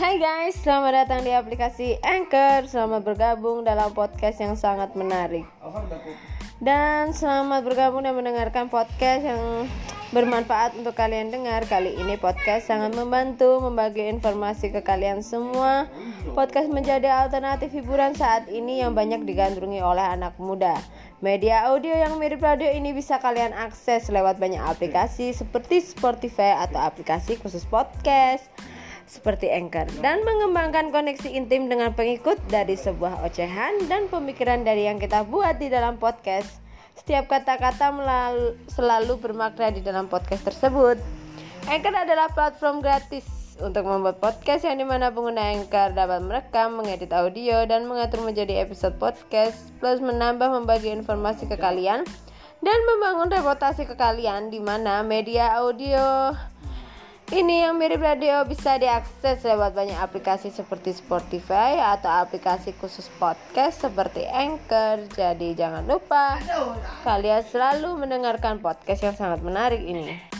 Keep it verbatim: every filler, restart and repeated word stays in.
Hai guys, selamat datang di aplikasi Anchor. Selamat bergabung dalam podcast yang sangat menarik. Dan selamat bergabung dan mendengarkan podcast yang bermanfaat untuk kalian dengar. Kali ini podcast sangat membantu membagi informasi ke kalian semua. Podcast menjadi alternatif hiburan saat ini yang banyak digandrungi oleh anak muda. Media audio yang mirip radio ini bisa kalian akses lewat banyak aplikasi seperti Spotify atau aplikasi khusus podcast seperti Anchor, dan mengembangkan koneksi intim dengan pengikut dari sebuah ocehan dan pemikiran dari yang kita buat di dalam podcast. Setiap kata-kata melalu, selalu bermakna di dalam podcast tersebut. Anchor adalah platform gratis untuk membuat podcast yang dimana pengguna Anchor dapat merekam, mengedit audio, dan mengatur menjadi episode podcast, plus menambah membagi informasi ke kalian dan membangun reputasi ke kalian, di mana media audio ini yang mirip radio bisa diakses lewat banyak aplikasi seperti Spotify atau aplikasi khusus podcast seperti Anchor. Jadi jangan lupa kalian selalu mendengarkan podcast yang sangat menarik ini.